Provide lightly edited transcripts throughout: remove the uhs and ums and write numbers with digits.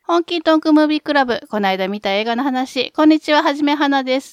本気トークムービークラブ、この間見た映画の話。こんにちは、はじめはなです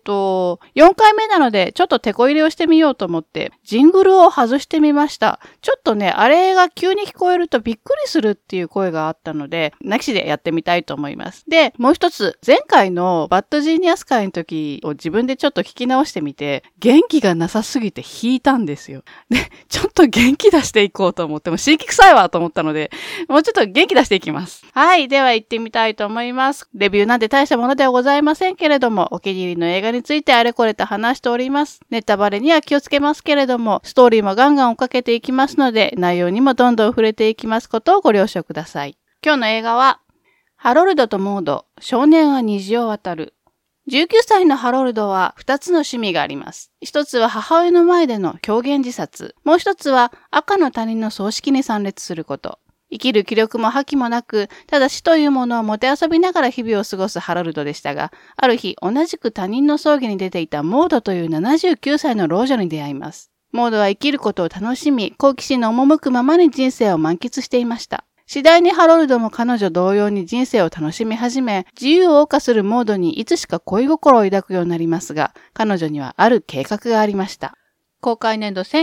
。4回目なので、ちょっと手こ入れをしてみようと思って、ジングルを外してみました。ちょっとね、あれが急に聞こえるとびっくりするっていう声があったので、なきしでやってみたいと思います。で、もう一つ、前回のバッドジーニアス会の時を自分でちょっと聞き直してみて、元気がなさすぎて引いたんですよ。で、ちょっと元気出していこうと思って、もう刺激臭いわと思ったので、もうちょっと元気出していきます。はい。では行ってみたいと思います。レビューなんて大したものではございませんけれども、お気に入りの映画についてあれこれと話しております。ネタバレには気をつけますけれども、ストーリーもガンガン追っかけていきますので、内容にもどんどん触れていきますことをご了承ください。今日の映画は、ハロルドとモード、少年は虹を渡る。19歳のハロルドは2つの趣味があります。一つは母親の前での狂言自殺。もう一つは赤の他人の葬式に参列すること。生きる気力も覇気もなく、ただ死というものをもてあそびながら日々を過ごすハロルドでしたが、ある日同じく他人の葬儀に出ていたモードという79歳の老女に出会います。モードは生きることを楽しみ、好奇心の赴くままに人生を満喫していました。次第にハロルドも彼女同様に人生を楽しみ始め、自由を謳歌するモードにいつしか恋心を抱くようになりますが、彼女にはある計画がありました。公開年度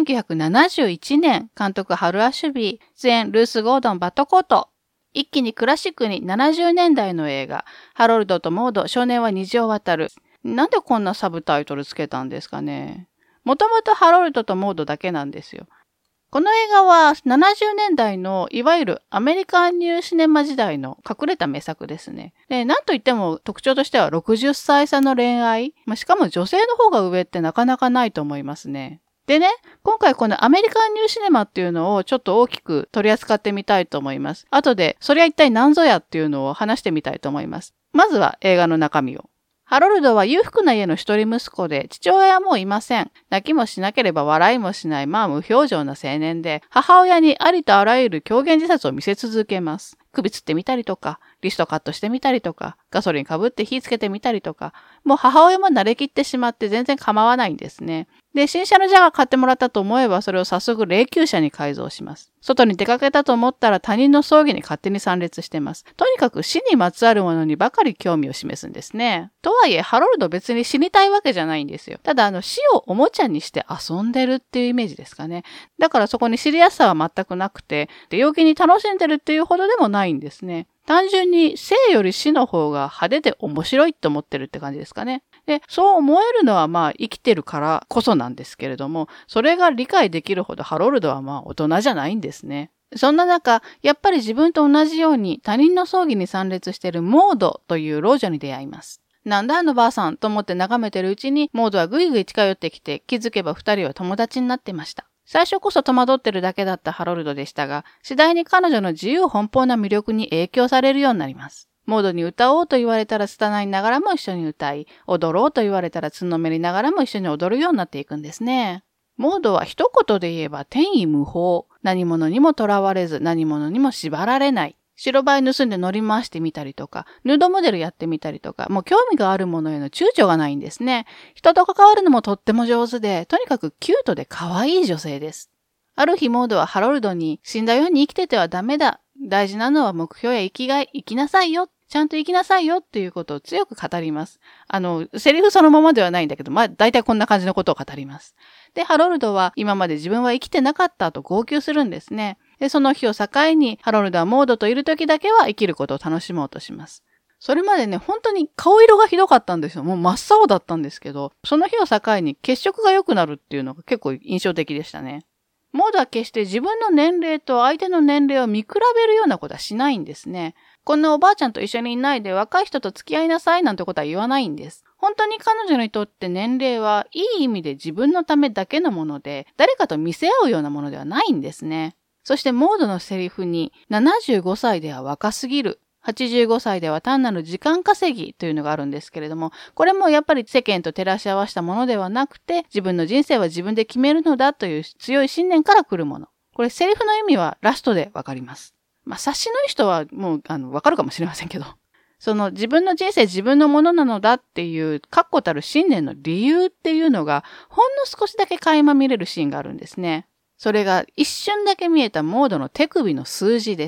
1971年、監督ハル・アシュビー、出演ルース・ゴードン・バットコート。一気にクラシックに70年代の映画、ハロルドとモード、少年は虹を渡る。なんでこんなサブタイトルつけたんですかね。もともとハロルドとモードだけなんですよ。この映画は70年代のいわゆるアメリカンニューシネマ時代の隠れた名作ですね。で、なんといっても特徴としては60歳差の恋愛。しかも女性の方が上ってなかなかないと思いますね。でね、今回このアメリカンニューシネマっていうのをちょっと大きく取り扱ってみたいと思います。後で、それは一体何ぞやっていうのを話してみたいと思います。まずは映画の中身を。ハロルドは裕福な家の一人息子で、父親はもういません。泣きもしなければ笑いもしない、無表情な青年で、母親にありとあらゆる狂言自殺を見せ続けます。首吊ってみたりとか、リストカットしてみたりとか、ガソリンかぶって火つけてみたりとか、もう母親も慣れきってしまって全然構わないんですね。で、新車のジャガー買ってもらったと思えば、それを早速霊柩車に改造します。外に出かけたと思ったら他人の葬儀に勝手に参列してます。とにかく死にまつわるものにばかり興味を示すんですね。とはいえ、ハロルド別に死にたいわけじゃないんですよ。ただ、死をおもちゃにして遊んでるっていうイメージですかね。だからそこにシリアスさは全くなくて、で、陽気に楽しんでるっていうほどでもないんですね。単純に生より死の方が派手で面白いって思ってるって感じですかね。で、そう思えるのは生きてるからこそなんですけれども、それが理解できるほどハロルドは大人じゃないんですね。そんな中、やっぱり自分と同じように他人の葬儀に参列しているモードという老女に出会います。なんだあのばあさんと思って眺めてるうちに、モードはぐいぐい近寄ってきて、気づけば二人は友達になってました。最初こそ戸惑ってるだけだったハロルドでしたが、次第に彼女の自由奔放な魅力に影響されるようになります。モードに歌おうと言われたら拙いながらも一緒に歌い、踊ろうと言われたらつんのめりながらも一緒に踊るようになっていくんですね。モードは一言で言えば天衣無縫。何者にも囚われず、何者にも縛られない。白バイ盗んで乗り回してみたりとか、ヌードモデルやってみたりとか、もう興味があるものへの躊躇がないんですね。人と関わるのもとっても上手で、とにかくキュートで可愛い女性です。ある日モードはハロルドに死んだように生きててはダメだ。大事なのは目標や生きがい、生きなさいよ。ちゃんと生きなさいよっていうことを強く語ります。セリフそのままではないんだけど、大体こんな感じのことを語ります。で、ハロルドは今まで自分は生きてなかったと号泣するんですね。で、その日を境に、ハロルドはモードといる時だけは生きることを楽しもうとします。それまでね、本当に顔色がひどかったんですよ。もう真っ青だったんですけど、その日を境に血色が良くなるっていうのが結構印象的でしたね。モードは決して自分の年齢と相手の年齢を見比べるようなことはしないんですね。こんなおばあちゃんと一緒にいないで若い人と付き合いなさいなんてことは言わないんです。本当に彼女にとって年齢はいい意味で自分のためだけのもので、誰かと見せ合うようなものではないんですね。そしてモードのセリフに75歳では若すぎる。85歳では単なる時間稼ぎというのがあるんですけれども、これもやっぱり世間と照らし合わせたものではなくて、自分の人生は自分で決めるのだという強い信念から来るもの。これセリフの意味はラストでわかります。察しのいい人はもうわかるかもしれませんけど、その自分の人生自分のものなのだっていう確固たる信念の理由っていうのがほんの少しだけ垣間見れるシーンがあるんですね。それが一瞬だけ見えたモードの手首の数字です。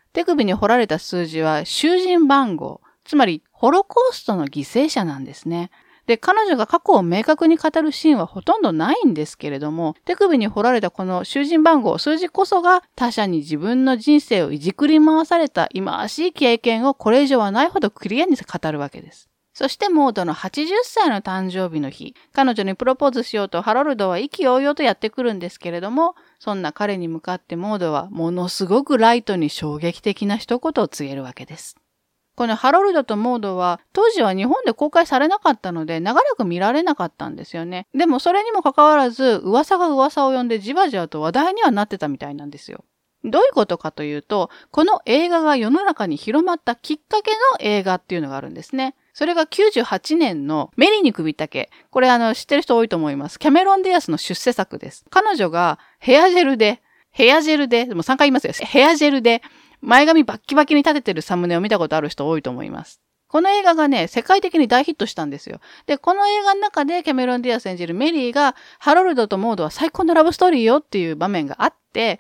手首に彫られた数字は囚人番号、つまりホロコーストの犠牲者なんですね。で、彼女が過去を明確に語るシーンはほとんどないんですけれども、手首に彫られたこの囚人番号、数字こそが他者に自分の人生をいじくり回された忌まわしい経験をこれ以上はないほどクリアに語るわけです。そしてモードの80歳の誕生日の日、彼女にプロポーズしようとハロルドは意気揚々とやってくるんですけれども、そんな彼に向かってモードはものすごくライトに衝撃的な一言を告げるわけです。このハロルドとモードは当時は日本で公開されなかったので長らく見られなかったんですよね。でもそれにもかかわらず噂が噂を呼んでじわじわと話題にはなってたみたいなんですよ。どういうことかというと、この映画が世の中に広まったきっかけの映画っていうのがあるんですね。それが98年のメリーに首ったけ。これ知ってる人多いと思います。キャメロン・ディアスの出世作です。彼女がヘアジェルで、もう3回言いますよ。ヘアジェルで、前髪バッキバキに立ててるサムネを見たことある人多いと思います。この映画がね、世界的に大ヒットしたんですよ。で、この映画の中でキャメロン・ディアス演じるメリーが、ハロルドとモードは最高のラブストーリーよっていう場面があって、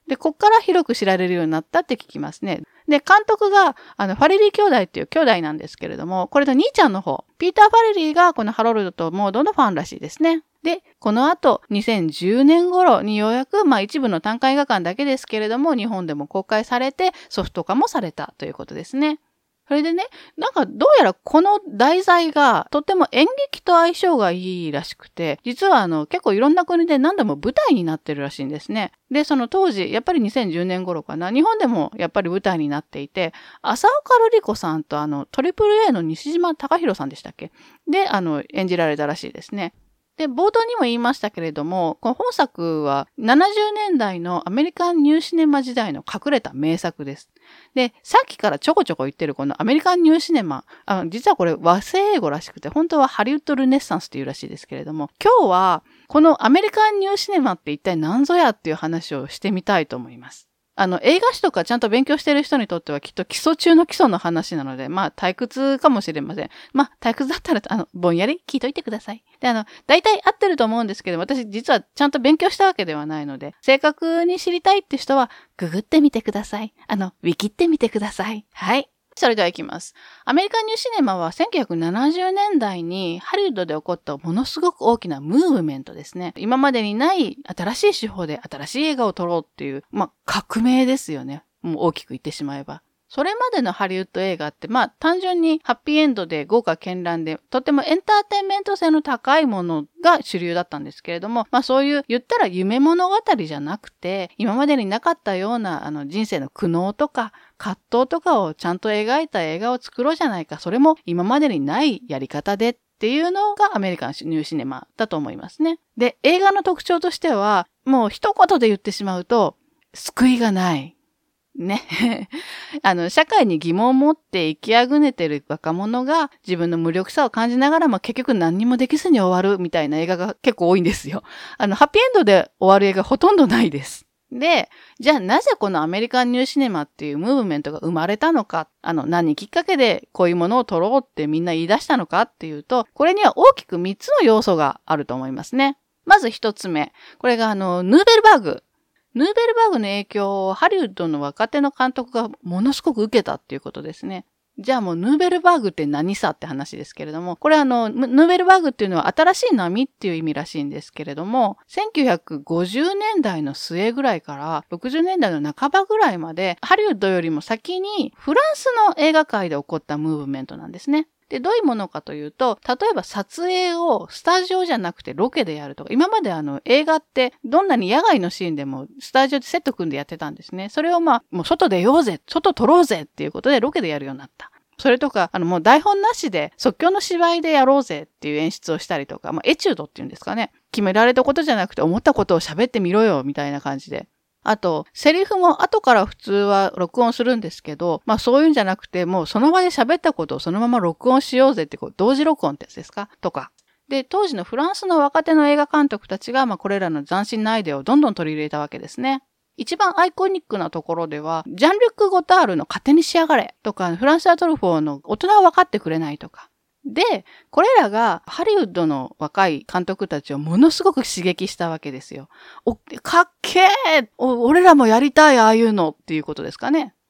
で、こっから広く知られるようになったって聞きますね。で、監督が、ファレリー兄弟っていう兄弟なんですけれども、これと兄ちゃんの方、ピーター・ファレリーがこのハロルドとモードのファンらしいですね。で、この後、2010年頃にようやく、一部の単館映画館だけですけれども、日本でも公開されて、ソフト化もされたということですね。それでね、どうやらこの題材がとっても演劇と相性がいいらしくて、実は結構いろんな国で何度も舞台になってるらしいんですね。で、その当時、やっぱり2010年頃かな、日本でもやっぱり舞台になっていて、浅岡瑠璃子さんとトリプル A の西島貴弘さんでしたっけで、演じられたらしいですね。で、冒頭にも言いましたけれども、この本作は70年代のアメリカンニューシネマ時代の隠れた名作です。で、さっきからちょこちょこ言ってるこのアメリカンニューシネマ、実はこれ和製英語らしくて、本当はハリウッドルネッサンスっていうらしいですけれども、今日はこのアメリカンニューシネマって一体何ぞやっていう話をしてみたいと思います。映画史とかちゃんと勉強している人にとってはきっと基礎中の基礎の話なので、退屈かもしれません。退屈だったら、ぼんやり聞いといてください。で、大体合ってると思うんですけど、私実はちゃんと勉強したわけではないので、正確に知りたいって人は、ググってみてください。ウィキってみてください。はい。それでは行きます。アメリカンニューシネマは1970年代にハリウッドで起こったものすごく大きなムーブメントですね。今までにない新しい手法で新しい映画を撮ろうっていう、革命ですよね。もう大きく言ってしまえば。それまでのハリウッド映画って、単純にハッピーエンドで豪華絢爛で、とてもエンターテインメント性の高いものが主流だったんですけれども、そういう言ったら夢物語じゃなくて、今までになかったような人生の苦悩とか葛藤とかをちゃんと描いた映画を作ろうじゃないか。それも今までにないやり方でっていうのがアメリカンニューシネマだと思いますね。で、映画の特徴としては、もう一言で言ってしまうと、救いがない。ね。社会に疑問を持って生きあぐねてる若者が自分の無力さを感じながらも結局何にもできずに終わるみたいな映画が結構多いんですよ。ハッピーエンドで終わる映画ほとんどないです。で、じゃあなぜこのアメリカンニューシネマっていうムーブメントが生まれたのか、何きっかけでこういうものを撮ろうってみんな言い出したのかっていうと、これには大きく3つの要素があると思いますね。まず1つ目。これがヌーベルバーグ。ヌーベルバーグの影響をハリウッドの若手の監督がものすごく受けたっていうことですね。じゃあもうヌーベルバーグって何さって話ですけれども、これヌーベルバーグっていうのは新しい波っていう意味らしいんですけれども、1950年代の末ぐらいから60年代の半ばぐらいまで、ハリウッドよりも先にフランスの映画界で起こったムーブメントなんですね。で、どういうものかというと、例えば撮影をスタジオじゃなくてロケでやるとか、今まで映画ってどんなに野外のシーンでもスタジオでセット組んでやってたんですね。それをもう外出ようぜ、外撮ろうぜっていうことでロケでやるようになった。それとか、もう台本なしで即興の芝居でやろうぜっていう演出をしたりとか、エチュードっていうんですかね。決められたことじゃなくて思ったことを喋ってみろよみたいな感じで。あと、セリフも後から普通は録音するんですけど、そういうんじゃなくて、もうその場で喋ったことをそのまま録音しようぜって、同時録音ってやつですかとか。で、当時のフランスの若手の映画監督たちが、これらの斬新なアイデアをどんどん取り入れたわけですね。一番アイコニックなところでは、ジャン・リュック・ゴタールの勝手に仕上がれとか、フランスア・トルフォーの大人は分かってくれないとか。で、これらがハリウッドの若い監督たちをものすごく刺激したわけですよ。かっけー俺らもやりたいああいうのっていうことですかね。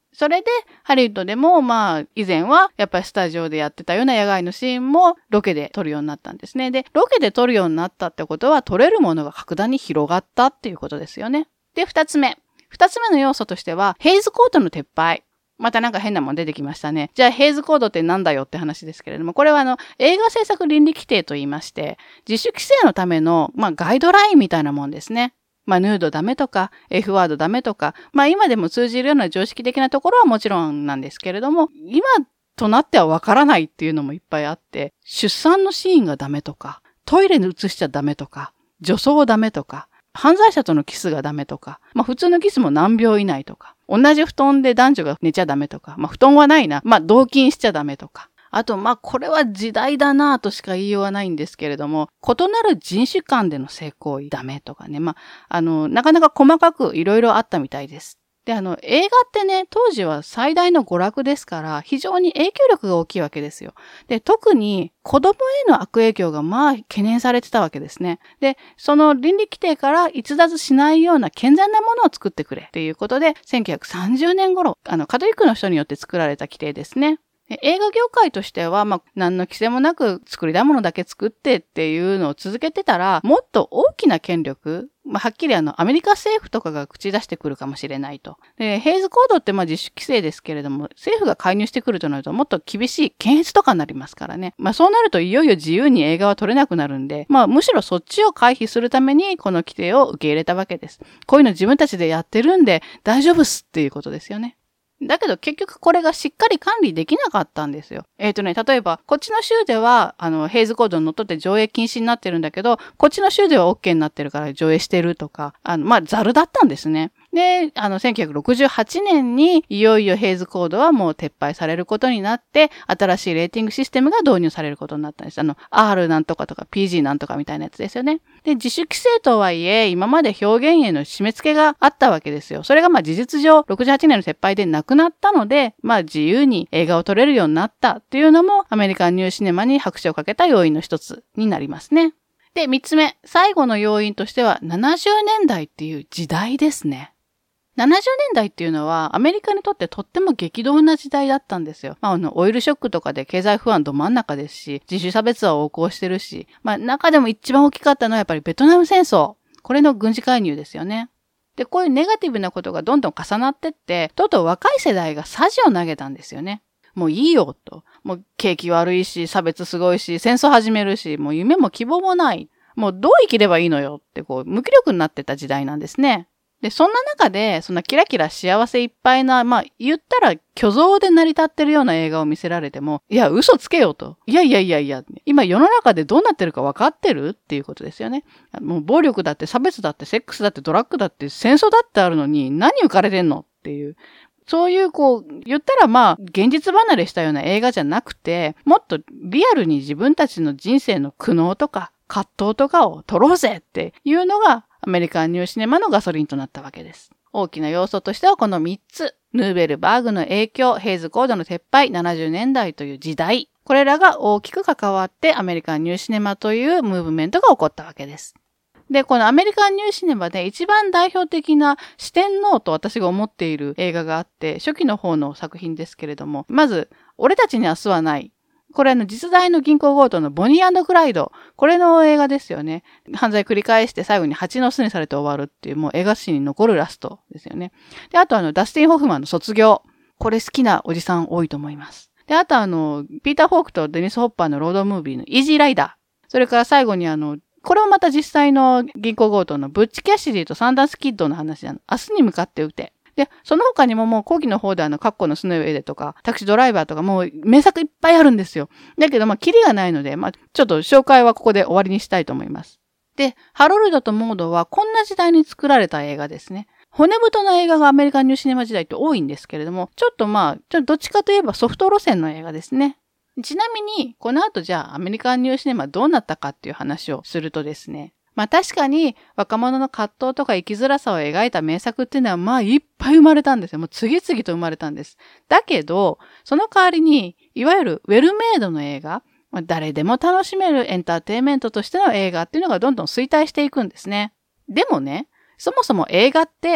それで、ハリウッドでも、以前は、やっぱりスタジオでやってたような野外のシーンも、ロケで撮るようになったんですね。で、ロケで撮るようになったってことは、撮れるものが格段に広がったっていうことですよね。で、二つ目の要素としては、ヘイズコードの撤廃。またなんか変なもん出てきましたね。じゃあ、ヘイズコードってなんだよって話ですけれども、これは映画制作倫理規定と言いまして、自主規制のための、ガイドラインみたいなもんですね。ヌードダメとか、F ワードダメとか、今でも通じるような常識的なところはもちろんなんですけれども、今となってはわからないっていうのもいっぱいあって、出産のシーンがダメとか、トイレに移しちゃダメとか、女装ダメとか、犯罪者とのキスがダメとか、普通のキスも何秒以内とか、同じ布団で男女が寝ちゃダメとか、布団はないな、同居しちゃダメとか、あと、これは時代だなぁとしか言いようがないんですけれども、異なる人種間での性行為ダメとかね。なかなか細かくいろいろあったみたいです。で、映画ってね、当時は最大の娯楽ですから、非常に影響力が大きいわけですよ。で、特に子供への悪影響が懸念されてたわけですね。で、その倫理規定から逸脱しないような健全なものを作ってくれっていうことで、1930年頃、カトリックの人によって作られた規定ですね。映画業界としては、何の規制もなく作りたいものだけ作ってっていうのを続けてたら、もっと大きな権力、はっきりアメリカ政府とかが口出してくるかもしれないと。で、ヘイズコードって自主規制ですけれども、政府が介入してくるとなるともっと厳しい検閲とかになりますからね。そうなるといよいよ自由に映画は撮れなくなるんで、むしろそっちを回避するためにこの規定を受け入れたわけです。こういうの自分たちでやってるんで大丈夫っすっていうことですよね。だけど結局これがしっかり管理できなかったんですよ。例えば、こっちの州では、ヘイズコードにのっとって上映禁止になってるんだけど、こっちの州では OK になってるから上映してるとか、ザルだったんですね。で、1968年にいよいよヘイズコードはもう撤廃されることになって、新しいレーティングシステムが導入されることになったんです。R なんとかとか PG なんとかみたいなやつですよね。で、自主規制とはいえ、今まで表現への締め付けがあったわけですよ。それが事実上、68年の撤廃でなくなったので、自由に映画を撮れるようになったっていうのも、アメリカンニューシネマに拍手をかけた要因の一つになりますね。で、3つ目、最後の要因としては、70年代っていう時代ですね。70年代っていうのはアメリカにとってとっても激動な時代だったんですよ。オイルショックとかで経済不安ど真ん中ですし、人種差別は横行してるし、中でも一番大きかったのはやっぱりベトナム戦争。これの軍事介入ですよね。で、こういうネガティブなことがどんどん重なってって、とうとう若い世代が匙を投げたんですよね。もういいよと。もう景気悪いし、差別すごいし、戦争始めるし、もう夢も希望もない。もうどう生きればいいのよって無気力になってた時代なんですね。で、そんな中で、そんなキラキラ幸せいっぱいな、言ったら虚像で成り立ってるような映画を見せられても、いや、嘘つけよと。いや、今世の中でどうなってるか分かってるっていうことですよね。もう暴力だって差別だってセックスだってドラッグだって戦争だってあるのに何浮かれてんのっていう。そういう言ったら現実離れしたような映画じゃなくて、もっとリアルに自分たちの人生の苦悩とか葛藤とかを撮ろうぜっていうのが、アメリカンニューシネマのガソリンとなったわけです。大きな要素としてはこの3つ。ヌーベルバーグの影響、ヘイズコードの撤廃、70年代という時代。これらが大きく関わってアメリカンニューシネマというムーブメントが起こったわけです。で、このアメリカンニューシネマで一番代表的な四天王と私が思っている映画があって、初期の方の作品ですけれども、まず、俺たちに明日はない。これ実在の銀行強盗のボニー&クライド。これの映画ですよね。犯罪繰り返して最後に蜂の巣にされて終わるっていうもう映画史に残るラストですよね。で、あとダスティン・ホフマンの卒業。これ好きなおじさん多いと思います。で、あとピーター・フォークとデニス・ホッパーのロードムービーのイージーライダー。それから最後にこれもまた実際の銀行強盗のブッチ・キャシディとサンダース・キッドの話明日に向かって撃て。で、その他にももう後期の方でカッコのスノーエデとか、タクシードライバーとかもう名作いっぱいあるんですよ。だけどキリがないので、ちょっと紹介はここで終わりにしたいと思います。で、ハロルドとモードはこんな時代に作られた映画ですね。骨太な映画がアメリカンニューシネマ時代って多いんですけれども、ちょっとどっちかといえばソフト路線の映画ですね。ちなみに、この後じゃあアメリカンニューシネマどうなったかっていう話をするとですね、確かに若者の葛藤とか生きづらさを描いた名作っていうのはいっぱい生まれたんですよ。もう次々と生まれたんです。だけど、その代わりに、いわゆるウェルメイドの映画、誰でも楽しめるエンターテインメントとしての映画っていうのがどんどん衰退していくんですね。でもね、そもそも映画って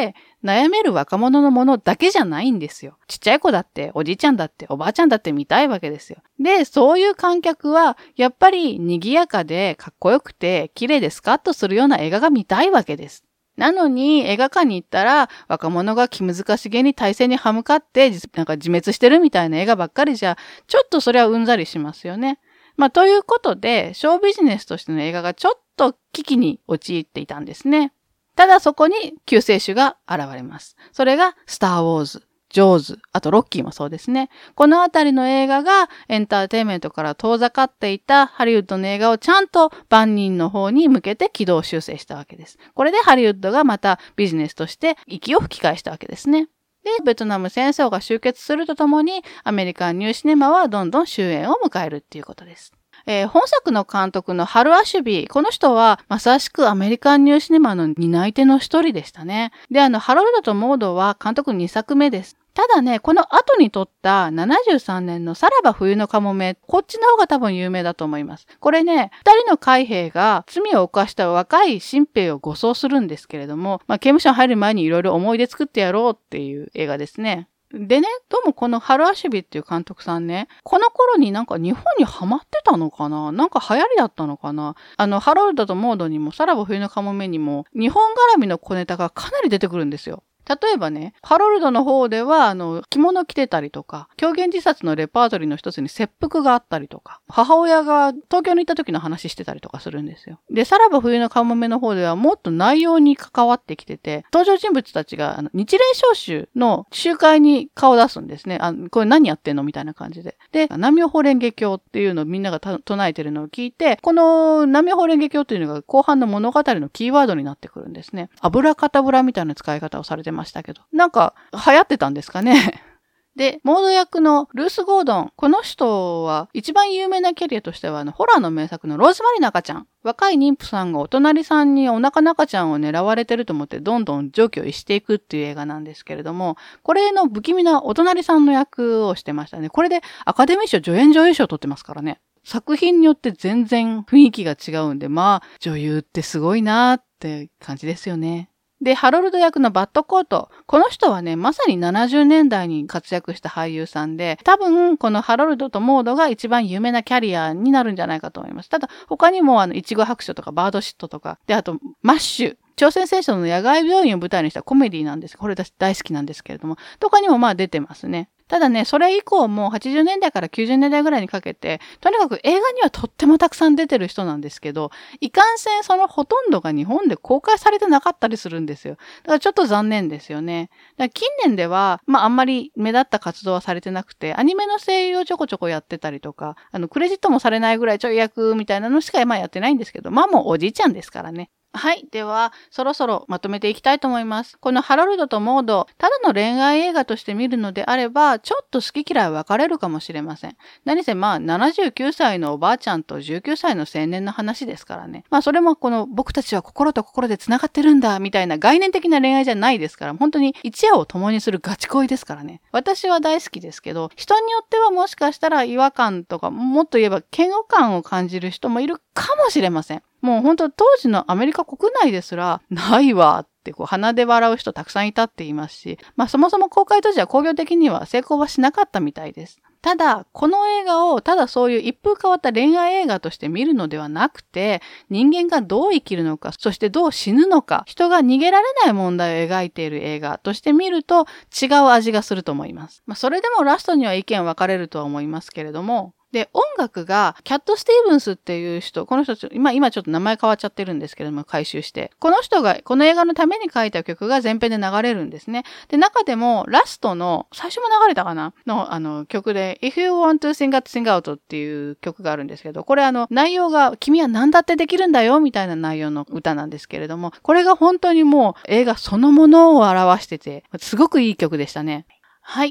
悩める若者のものだけじゃないんですよ。ちっちゃい子だって、おじいちゃんだって、おばあちゃんだって見たいわけですよ。で、そういう観客は、やっぱり賑やかでかっこよくて、綺麗でスカッとするような映画が見たいわけです。なのに映画館に行ったら若者が気難しげに体勢に歯向かってなんか自滅してるみたいな映画ばっかりじゃちょっとそれはうんざりしますよね。ということでショービジネスとしての映画がちょっと危機に陥っていたんですね。ただそこに救世主が現れます。それがスター・ウォーズ。ジョーズ、あとロッキーもそうですね。このあたりの映画がエンターテインメントから遠ざかっていたハリウッドの映画をちゃんと万人の方に向けて軌道修正したわけです。これでハリウッドがまたビジネスとして息を吹き返したわけですね。で、ベトナム戦争が終結するとともにアメリカンニューシネマはどんどん終焉を迎えるっていうことです。本作の監督のハル・アシュビー、この人はまさしくアメリカンニューシネマの担い手の一人でしたね。で、ハロルドとモードは監督2作目です。ただね、この後に撮った73年のさらば冬のかもめ、こっちの方が多分有名だと思います。これね、2人の海兵が罪を犯した若い新兵を護送するんですけれども、刑務所に入る前にいろいろ思い出作ってやろうっていう映画ですね。でね、どうもこのハル・アシュビっていう監督さんね、この頃になんか日本にハマってたのかな、なんか流行りだったのかな、ハロルドとモードにもさらば冬のかもめにも日本絡みの小ネタがかなり出てくるんですよ。例えばね、ハロルドの方では、着物着てたりとか、狂言自殺のレパートリーの一つに切腹があったりとか、母親が東京に行った時の話してたりとかするんですよ。で、さらば冬のかもめの方ではもっと内容に関わってきてて、登場人物たちが、日蓮召集の集会に顔を出すんですね。これ何やってんのみたいな感じで。で、南無法蓮華経っていうのをみんなが唱えてるのを聞いて、この南無法蓮華経っていうのが後半の物語のキーワードになってくるんですね。油かたぶらみたいな使い方をされてましたけど。なんか流行ってたんですかね。で、モード役のルース・ゴードン。この人は一番有名なキャリアとしてはホラーの名作のローズマリーの赤ちゃん。若い妊婦さんがお隣さんにお腹の赤ちゃんを狙われてると思ってどんどん常軌を逸していくっていう映画なんですけれども、これの不気味なお隣さんの役をしてましたね。これでアカデミー賞助演女優賞を取ってますからね。作品によって全然雰囲気が違うんで、女優ってすごいなーって感じですよね。で、ハロルド役のバッドコート。この人はね、まさに70年代に活躍した俳優さんで、多分、このハロルドとモードが一番有名なキャリアになるんじゃないかと思います。ただ、他にもイチゴ白書とかバードシットとか、で、あと、マッシュ。朝鮮戦争の野外病院を舞台にしたコメディなんです。これ私大好きなんですけれども、とかにも出てますね。ただね、それ以降も80年代から90年代ぐらいにかけて、とにかく映画にはとってもたくさん出てる人なんですけど、いかんせんそのほとんどが日本で公開されてなかったりするんですよ。だからちょっと残念ですよね。だから近年では、あんまり目立った活動はされてなくて、アニメの声優をちょこちょこやってたりとか、クレジットもされないぐらいちょい役みたいなのしかやってないんですけど、もうおじいちゃんですからね。はい。では、そろそろまとめていきたいと思います。このハロルドとモード、ただの恋愛映画として見るのであれば、ちょっと好き嫌い分かれるかもしれません。何せ79歳のおばあちゃんと19歳の青年の話ですからね。それもこの僕たちは心と心で繋がってるんだ、みたいな概念的な恋愛じゃないですから、本当に一夜を共にするガチ恋ですからね。私は大好きですけど、人によってはもしかしたら違和感とか、もっと言えば嫌悪感を感じる人もいるかもしれません。もう本当当時のアメリカ国内ですら、ないわって鼻で笑う人たくさんいたって言いますし、そもそも公開当時は興行的には成功はしなかったみたいです。ただ、この映画をただそういう一風変わった恋愛映画として見るのではなくて、人間がどう生きるのか、そしてどう死ぬのか、人が逃げられない問題を描いている映画として見ると違う味がすると思います。それでもラストには意見分かれるとは思いますけれども、で、音楽が、キャット・スティーブンスっていう人、この人、今ちょっと名前変わっちゃってるんですけども、回収して。この人が、この映画のために書いた曲が前編で流れるんですね。で、中でも、ラストの、最初も流れたかなの、曲で、If You Want to Sing Out, Sing Out っていう曲があるんですけど、これ内容が、君は何だってできるんだよ、みたいな内容の歌なんですけれども、これが本当にもう、映画そのものを表してて、すごくいい曲でしたね。はい。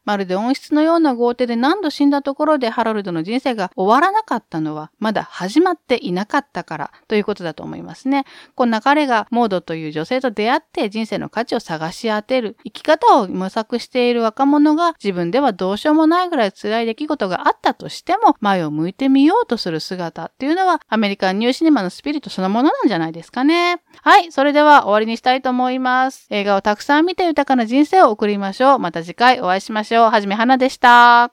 まるで温室のような豪邸で何度死んだところでハロルドの人生が終わらなかったのはまだ始まっていなかったからということだと思いますね。こんな彼がモードという女性と出会って人生の価値を探し当てる、生き方を模索している若者が自分ではどうしようもないぐらい辛い出来事があったとしても前を向いてみようとする姿っていうのはアメリカンニューシネマのスピリットそのものなんじゃないですかね。はい、それでは終わりにしたいと思います。映画をたくさん見て豊かな人生を送りましょう。また次回お会いしましょう。はじめはなでした。